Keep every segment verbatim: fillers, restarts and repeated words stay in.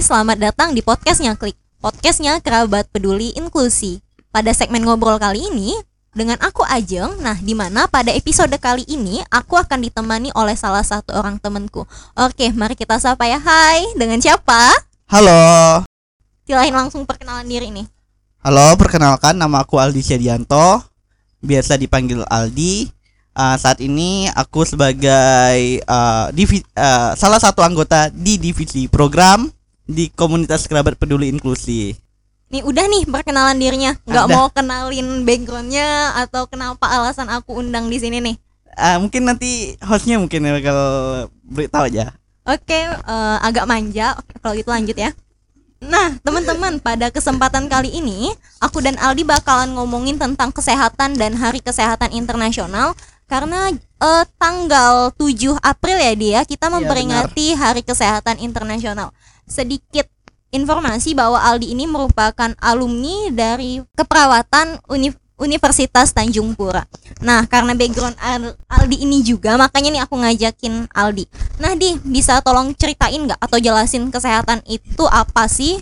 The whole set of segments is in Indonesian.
selamat datang di podcastnya Klik, podcastnya Kerabat Peduli Inklusi. Pada segmen ngobrol kali ini, dengan aku Ajeng, nah dimana pada episode kali ini, aku akan ditemani oleh salah satu orang temanku. Oke, mari kita sapa ya. Hai, dengan siapa? Halo. Silain langsung perkenalan diri nih. Halo, perkenalkan nama aku Aldi Syedianto, biasa dipanggil Aldi. Uh, saat ini aku sebagai uh, divi- uh, salah satu anggota di divisi program di komunitas Kerabat Peduli Inklusi. Nih udah nih perkenalan dirinya, nggak Ada. mau kenalin backgroundnya atau kenapa alasan aku undang di sini nih? Uh, mungkin nanti hostnya mungkin bakal beritahu aja. Oke, eh, agak manja. Oke, kalau gitu lanjut ya. Nah, teman-teman, pada kesempatan kali ini, aku dan Aldi bakalan ngomongin tentang kesehatan dan Hari Kesehatan Internasional. Karena eh, tanggal tujuh April ya dia, kita memperingati Hari Kesehatan Internasional. Sedikit informasi bahwa Aldi ini merupakan alumni dari keperawatan Uni- Universitas Tanjung Pura. Nah, karena background Al- Aldi ini juga, makanya nih aku ngajakin Aldi. Nah, Di, bisa tolong ceritain nggak atau jelasin kesehatan itu apa sih?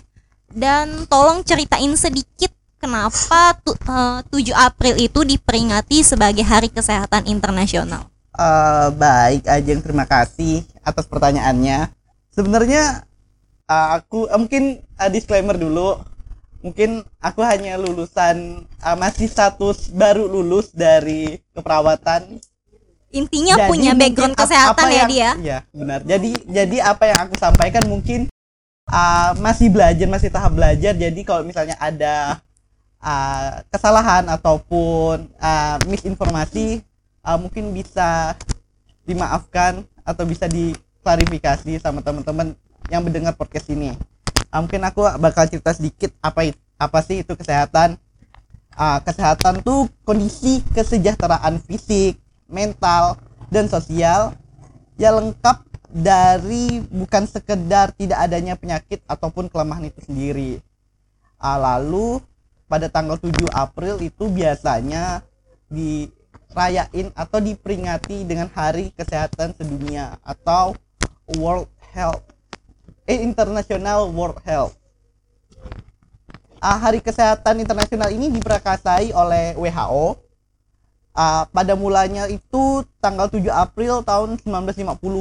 Dan tolong ceritain sedikit kenapa tu, uh, tujuh April itu diperingati sebagai Hari Kesehatan Internasional. Uh, baik, Ajeng, terima kasih atas pertanyaannya. Sebenarnya uh, aku uh, mungkin uh, disclaimer dulu. Mungkin aku hanya lulusan uh, masih status baru lulus dari keperawatan. Intinya Jadi punya background mungkin kesehatan apa ya yang, dia. Iya, benar. Jadi jadi apa yang aku sampaikan mungkin uh, masih belajar, masih tahap belajar. Jadi kalau misalnya ada uh, kesalahan ataupun uh, misinformasi, uh, mungkin bisa dimaafkan atau bisa diklarifikasi sama teman-teman yang mendengar podcast ini. Uh, mungkin aku bakal cerita sedikit apa it, apa sih itu kesehatan. Uh, kesehatan tuh kondisi kesejahteraan fisik, mental, dan sosial yang lengkap dari bukan sekedar tidak adanya penyakit ataupun kelemahan itu sendiri. Uh, lalu pada tanggal tujuh April itu biasanya dirayain atau diperingati dengan Hari Kesehatan Sedunia atau World Health eh International World Health. Uh, Hari Kesehatan Internasional ini diperakasai oleh W H O. Uh, pada mulanya itu tanggal tujuh April tahun sembilan belas lima puluh.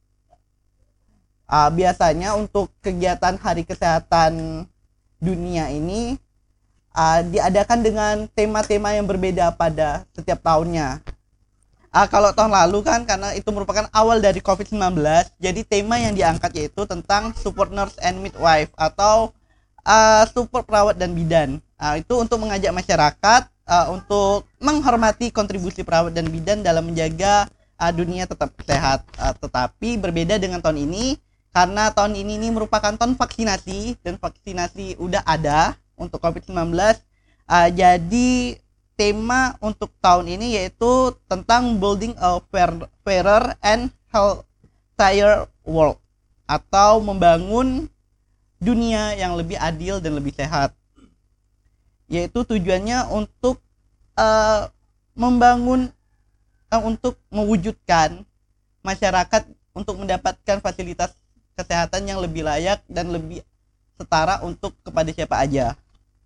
Uh, biasanya untuk kegiatan Hari Kesehatan Dunia ini uh, diadakan dengan tema-tema yang berbeda pada setiap tahunnya. Uh, kalau tahun lalu kan karena itu merupakan awal dari covid sembilan belas, jadi tema yang diangkat yaitu tentang support nurse and midwife atau uh, support perawat dan bidan. Uh, itu untuk mengajak masyarakat uh, untuk menghormati kontribusi perawat dan bidan dalam menjaga uh, dunia tetap sehat. Uh, tetapi berbeda dengan tahun ini karena tahun ini, ini merupakan tahun vaksinasi dan vaksinasi udah ada untuk covid sembilan belas. Uh, jadi tema untuk tahun ini yaitu tentang building a fair, fairer and healthier world atau membangun dunia yang lebih adil dan lebih sehat. Yaitu tujuannya untuk uh, membangun uh, untuk mewujudkan masyarakat untuk mendapatkan fasilitas kesehatan yang lebih layak dan lebih setara untuk kepada siapa aja.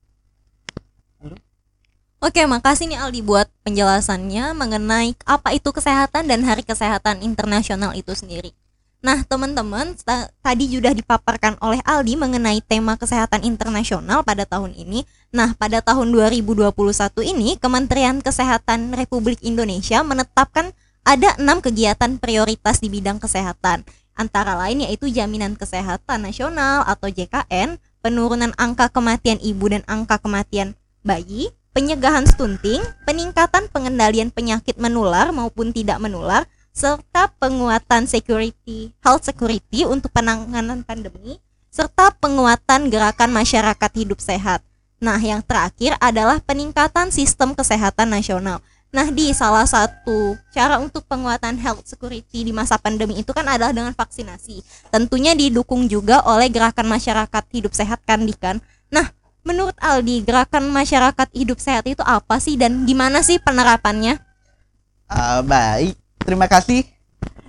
Halo? Oke, makasih nih Aldi buat penjelasannya mengenai apa itu kesehatan dan Hari Kesehatan Internasional itu sendiri. Nah, teman-teman, sta- tadi sudah dipaparkan oleh Aldi mengenai tema kesehatan internasional pada tahun ini. Nah, pada tahun dua ribu dua puluh satu ini, Kementerian Kesehatan Republik Indonesia menetapkan ada enam kegiatan prioritas di bidang kesehatan. Antara lain yaitu Jaminan Kesehatan Nasional atau J K N, penurunan angka kematian ibu dan angka kematian bayi, pencegahan stunting, peningkatan pengendalian penyakit menular maupun tidak menular, serta penguatan security, health security untuk penanganan pandemi, serta penguatan gerakan masyarakat hidup sehat. Nah, yang terakhir adalah peningkatan sistem kesehatan nasional. Nah, di salah satu cara untuk penguatan health security di masa pandemi itu kan adalah dengan vaksinasi. Tentunya didukung juga oleh gerakan masyarakat hidup sehat kan, Di kan. Nah, menurut Aldi, gerakan masyarakat hidup sehat itu apa sih dan gimana sih penerapannya? Uh, baik, terima kasih.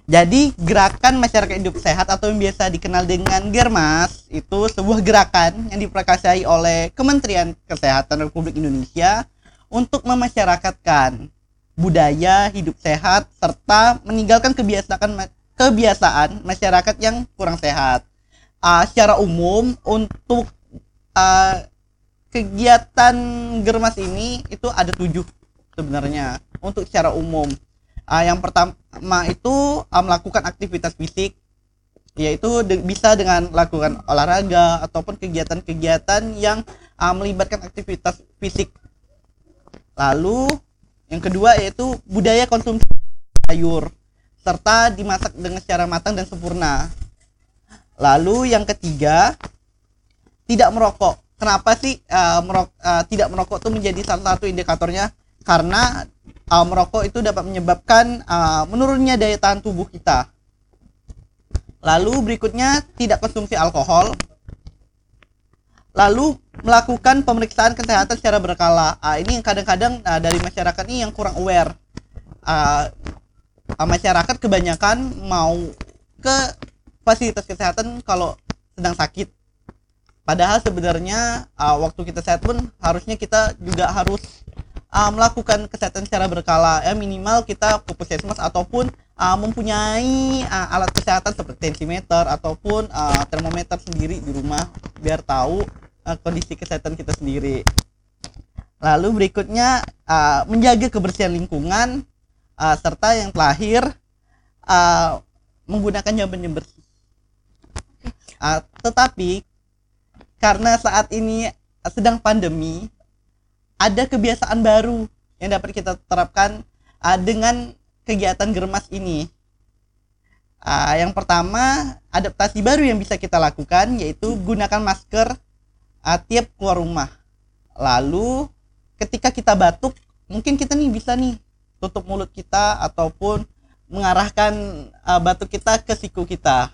Jadi gerakan masyarakat hidup sehat atau yang biasa dikenal dengan Germas itu sebuah gerakan yang diprakarsai oleh Kementerian Kesehatan Republik Indonesia untuk memasyarakatkan budaya hidup sehat serta meninggalkan kebiasaan kebiasaan masyarakat yang kurang sehat. Uh, secara umum untuk uh, kegiatan Germas ini itu ada tujuh sebenarnya untuk secara umum. Uh, yang pertama itu uh, melakukan aktivitas fisik, yaitu de- bisa dengan melakukan olahraga ataupun kegiatan-kegiatan yang uh, melibatkan aktivitas fisik. Lalu yang kedua yaitu budaya konsumsi sayur serta dimasak dengan secara matang dan sempurna. Lalu yang ketiga, tidak merokok. Kenapa sih uh, merok- uh, tidak merokok itu menjadi salah satu indikatornya? Karena uh, merokok itu dapat menyebabkan uh, menurunnya daya tahan tubuh kita. Lalu berikutnya, tidak konsumsi alkohol. Lalu melakukan pemeriksaan kesehatan secara berkala. Uh, ini yang kadang-kadang uh, dari masyarakat ini yang kurang aware. Uh, uh, masyarakat kebanyakan mau ke fasilitas kesehatan kalau sedang sakit. Padahal sebenarnya uh, waktu kita sehat pun harusnya kita juga harus uh, melakukan kesehatan secara berkala, ya minimal kita ke puskesmas ataupun uh, mempunyai uh, alat kesehatan seperti tensimeter ataupun uh, termometer sendiri di rumah biar tahu uh, kondisi kesehatan kita sendiri. Lalu berikutnya uh, menjaga kebersihan lingkungan uh, serta yang terakhir uh, menggunakan jamban yang bersih. Uh, tetapi karena saat ini sedang pandemi, ada kebiasaan baru yang dapat kita terapkan uh, dengan kegiatan Germas ini. Uh, yang pertama, adaptasi baru yang bisa kita lakukan yaitu gunakan masker uh, tiap keluar rumah. Lalu ketika kita batuk, mungkin kita nih bisa nih tutup mulut kita ataupun mengarahkan uh, batuk kita ke siku kita.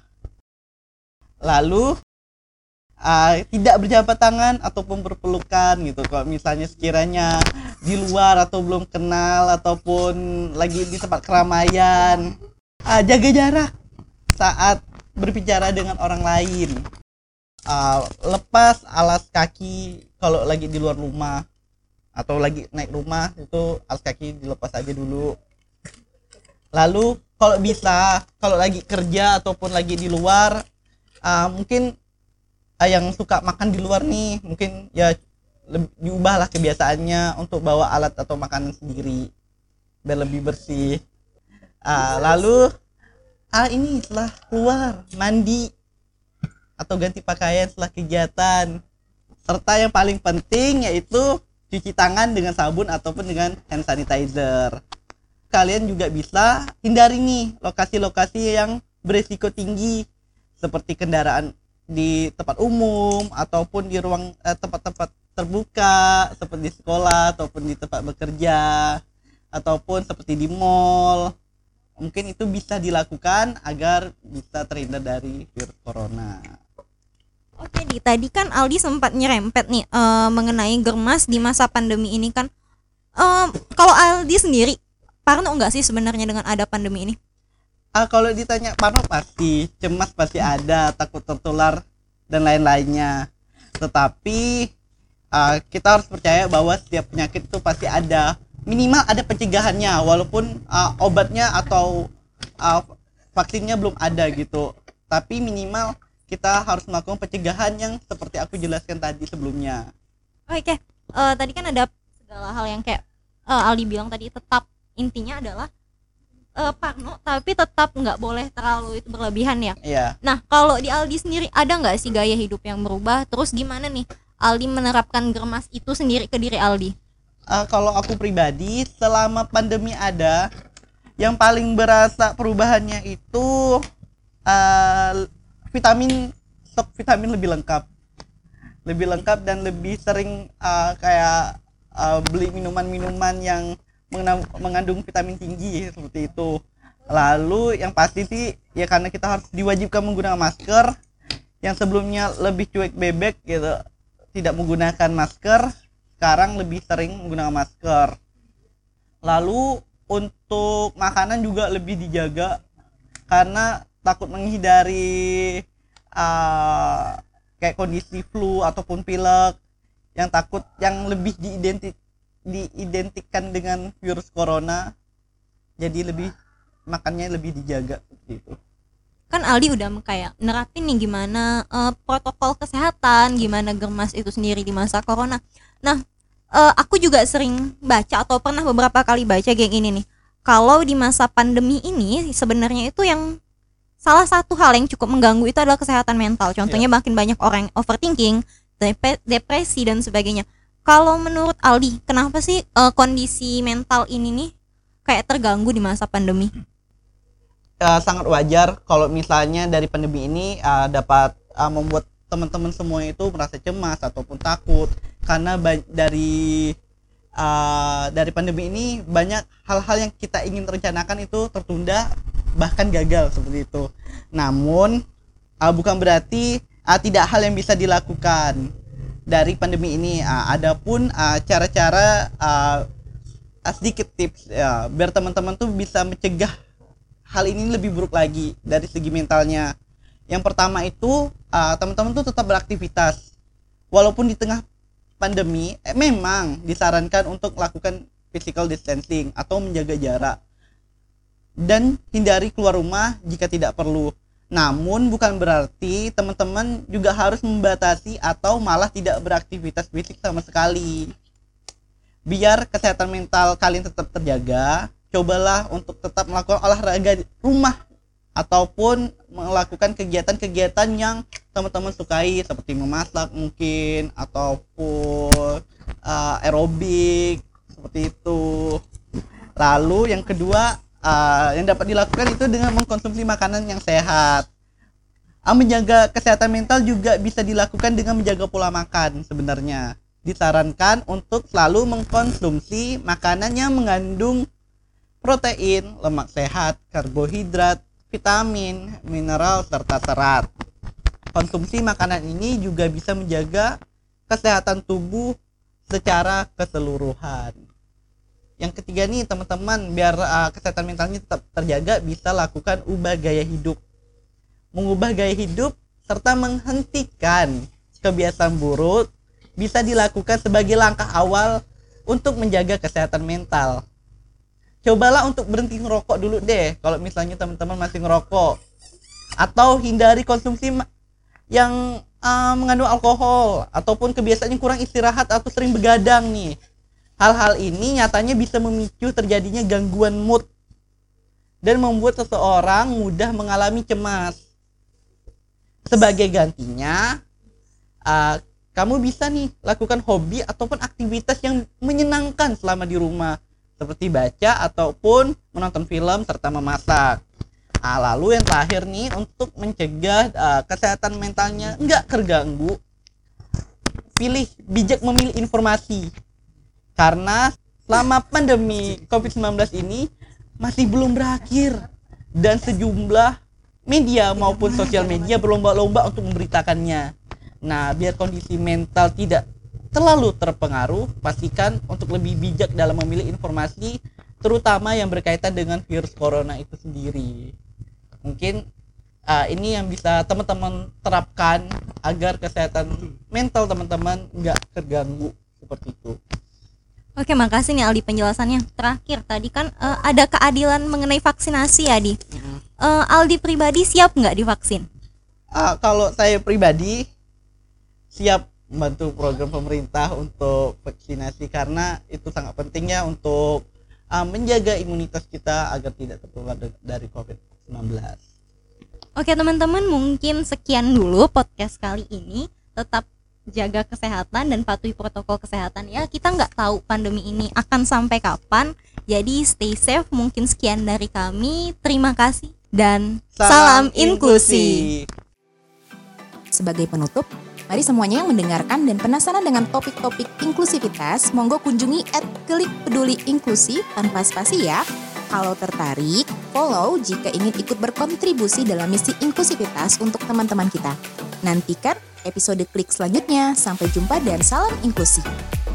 Lalu Uh, tidak berjabat tangan ataupun berpelukan gitu. Kalau misalnya sekiranya di luar atau belum kenal ataupun lagi di tempat keramaian, uh, jaga jarak saat berbicara dengan orang lain. Uh, lepas alas kaki kalau lagi di luar rumah atau lagi naik rumah, itu alas kaki dilepas aja dulu. Lalu kalau bisa, kalau lagi kerja ataupun lagi di luar, uh, mungkin yang suka makan di luar nih, mungkin ya lebih, diubahlah kebiasaannya untuk bawa alat atau makanan sendiri biar lebih bersih. Ah, lalu ah ini setelah keluar mandi atau ganti pakaian setelah kegiatan, serta yang paling penting yaitu cuci tangan dengan sabun ataupun dengan hand sanitizer. Kalian juga bisa hindari nih lokasi-lokasi yang berisiko tinggi seperti kendaraan di tempat umum ataupun di ruang eh, tempat-tempat terbuka seperti di sekolah ataupun di tempat bekerja ataupun seperti di mall. Mungkin itu bisa dilakukan agar bisa terhindar dari virus corona. Oke, di tadi kan Aldi sempat nyerempet nih uh, mengenai Germas di masa pandemi ini kan. Um, kalau Aldi sendiri parno nggak sih sebenarnya dengan ada pandemi ini? Ah, kalau ditanya parno pasti, cemas pasti ada, takut tertular dan lain-lainnya. Tetapi uh, kita harus percaya bahwa setiap penyakit itu pasti ada, minimal ada pencegahannya, walaupun uh, obatnya atau uh, vaksinnya belum ada gitu. Tapi minimal kita harus melakukan pencegahan yang seperti aku jelaskan tadi sebelumnya. Oke, uh, tadi kan ada segala hal yang kayak uh, Aldi bilang tadi, tetap intinya adalah Uh, parno tapi tetap nggak boleh terlalu itu berlebihan ya. Iya. Nah, kalau di Aldi sendiri ada nggak sih gaya hidup yang berubah? Terus gimana nih Aldi menerapkan Germas itu sendiri ke diri Aldi? Uh, kalau aku pribadi selama pandemi ada, yang paling berasa perubahannya itu uh, vitamin, stok vitamin lebih lengkap, lebih lengkap dan lebih sering uh, kayak uh, beli minuman-minuman yang mengandung vitamin tinggi seperti itu. Lalu yang pasti sih ya karena kita harus diwajibkan menggunakan masker, yang sebelumnya lebih cuek bebek gitu, tidak menggunakan masker, sekarang lebih sering menggunakan masker. Lalu untuk makanan juga lebih dijaga karena takut menghindari uh, kayak kondisi flu ataupun pilek yang takut yang lebih diidentik diidentikan dengan virus corona, jadi lebih makannya lebih dijaga seperti itu. Kan Aldi udah kayak nerapin nih gimana uh, protokol kesehatan, gimana germas itu sendiri di masa corona. Nah, uh, aku juga sering baca atau pernah beberapa kali baca kayak gini nih. Kalau di masa pandemi ini sebenarnya itu yang salah satu hal yang cukup mengganggu itu adalah kesehatan mental. Contohnya yeah. makin banyak orang yang overthinking, dep- depresi dan sebagainya. Kalau menurut Aldi, kenapa sih uh, kondisi mental ini nih kayak terganggu di masa pandemi? Uh, sangat wajar kalau misalnya dari pandemi ini uh, dapat uh, membuat teman-teman semua itu merasa cemas ataupun takut karena ba- dari uh, dari pandemi ini banyak hal-hal yang kita ingin rencanakan itu tertunda bahkan gagal seperti itu. Namun uh, bukan berarti uh, tidak hal yang bisa dilakukan dari pandemi ini. Uh, adapun uh, cara-cara uh, sedikit tips ya biar teman-teman tuh bisa mencegah hal ini lebih buruk lagi dari segi mentalnya. Yang pertama itu uh, teman-teman tuh tetap beraktivitas walaupun di tengah pandemi. Eh, memang disarankan untuk lakukan physical distancing atau menjaga jarak dan hindari keluar rumah jika tidak perlu. Namun bukan berarti teman-teman juga harus membatasi atau malah tidak beraktivitas fisik sama sekali. Biar kesehatan mental kalian tetap terjaga, cobalah untuk tetap melakukan olahraga di rumah ataupun melakukan kegiatan-kegiatan yang teman-teman sukai seperti memasak mungkin ataupun uh, aerobik seperti itu. Lalu yang kedua uh, yang dapat dilakukan itu dengan mengkonsumsi makanan yang sehat. Uh, menjaga kesehatan mental juga bisa dilakukan dengan menjaga pola makan sebenarnya. Disarankan untuk selalu mengkonsumsi makanan yang mengandung protein, lemak sehat, karbohidrat, vitamin, mineral, serta serat. Konsumsi makanan ini juga bisa menjaga kesehatan tubuh secara keseluruhan. Yang ketiga nih teman-teman, biar uh, kesehatan mentalnya tetap terjaga, bisa lakukan ubah gaya hidup. Mengubah gaya hidup serta menghentikan kebiasaan buruk bisa dilakukan sebagai langkah awal untuk menjaga kesehatan mental. Cobalah untuk berhenti ngerokok dulu deh kalau misalnya teman-teman masih ngerokok, atau hindari konsumsi yang uh, mengandung alkohol ataupun kebiasaan yang kurang istirahat atau sering begadang nih. Hal-hal ini nyatanya bisa memicu terjadinya gangguan mood dan membuat seseorang mudah mengalami cemas. Sebagai gantinya, uh, kamu bisa nih lakukan hobi ataupun aktivitas yang menyenangkan selama di rumah, seperti baca ataupun menonton film serta memasak. Nah, lalu yang terakhir nih untuk mencegah uh, kesehatan mentalnya enggak terganggu, pilih bijak memilih informasi. Karena selama pandemi covid sembilan belas ini masih belum berakhir dan sejumlah media maupun sosial media berlomba-lomba untuk memberitakannya. Nah, biar kondisi mental tidak terlalu terpengaruh, pastikan untuk lebih bijak dalam memilih informasi, terutama yang berkaitan dengan virus corona itu sendiri. Mungkin uh, ini yang bisa teman-teman terapkan agar kesehatan mental teman-teman nggak terganggu seperti itu. Oke, makasih nih Aldi penjelasannya. Terakhir tadi kan uh, ada keadilan mengenai vaksinasi ya, Di. Mm-hmm. Uh, Aldi pribadi siap nggak divaksin? Uh, kalau saya pribadi siap membantu program pemerintah untuk vaksinasi karena itu sangat pentingnya untuk uh, menjaga imunitas kita agar tidak tertular dari covid sembilan belas. Oke teman-teman, mungkin sekian dulu podcast kali ini. Tetap jaga kesehatan dan patuhi protokol kesehatan ya. Kita nggak tahu pandemi ini akan sampai kapan, jadi stay safe. Mungkin sekian dari kami. Terima kasih dan salam, salam inklusi. Sebagai penutup, mari semuanya yang mendengarkan dan penasaran dengan topik-topik inklusivitas, monggo kunjungi at klik peduli inklusi tanpa spasi ya. Kalau tertarik, follow jika ingin ikut berkontribusi dalam misi inklusivitas untuk teman-teman kita. Nantikan episode klik selanjutnya. Sampai jumpa dan salam inklusi.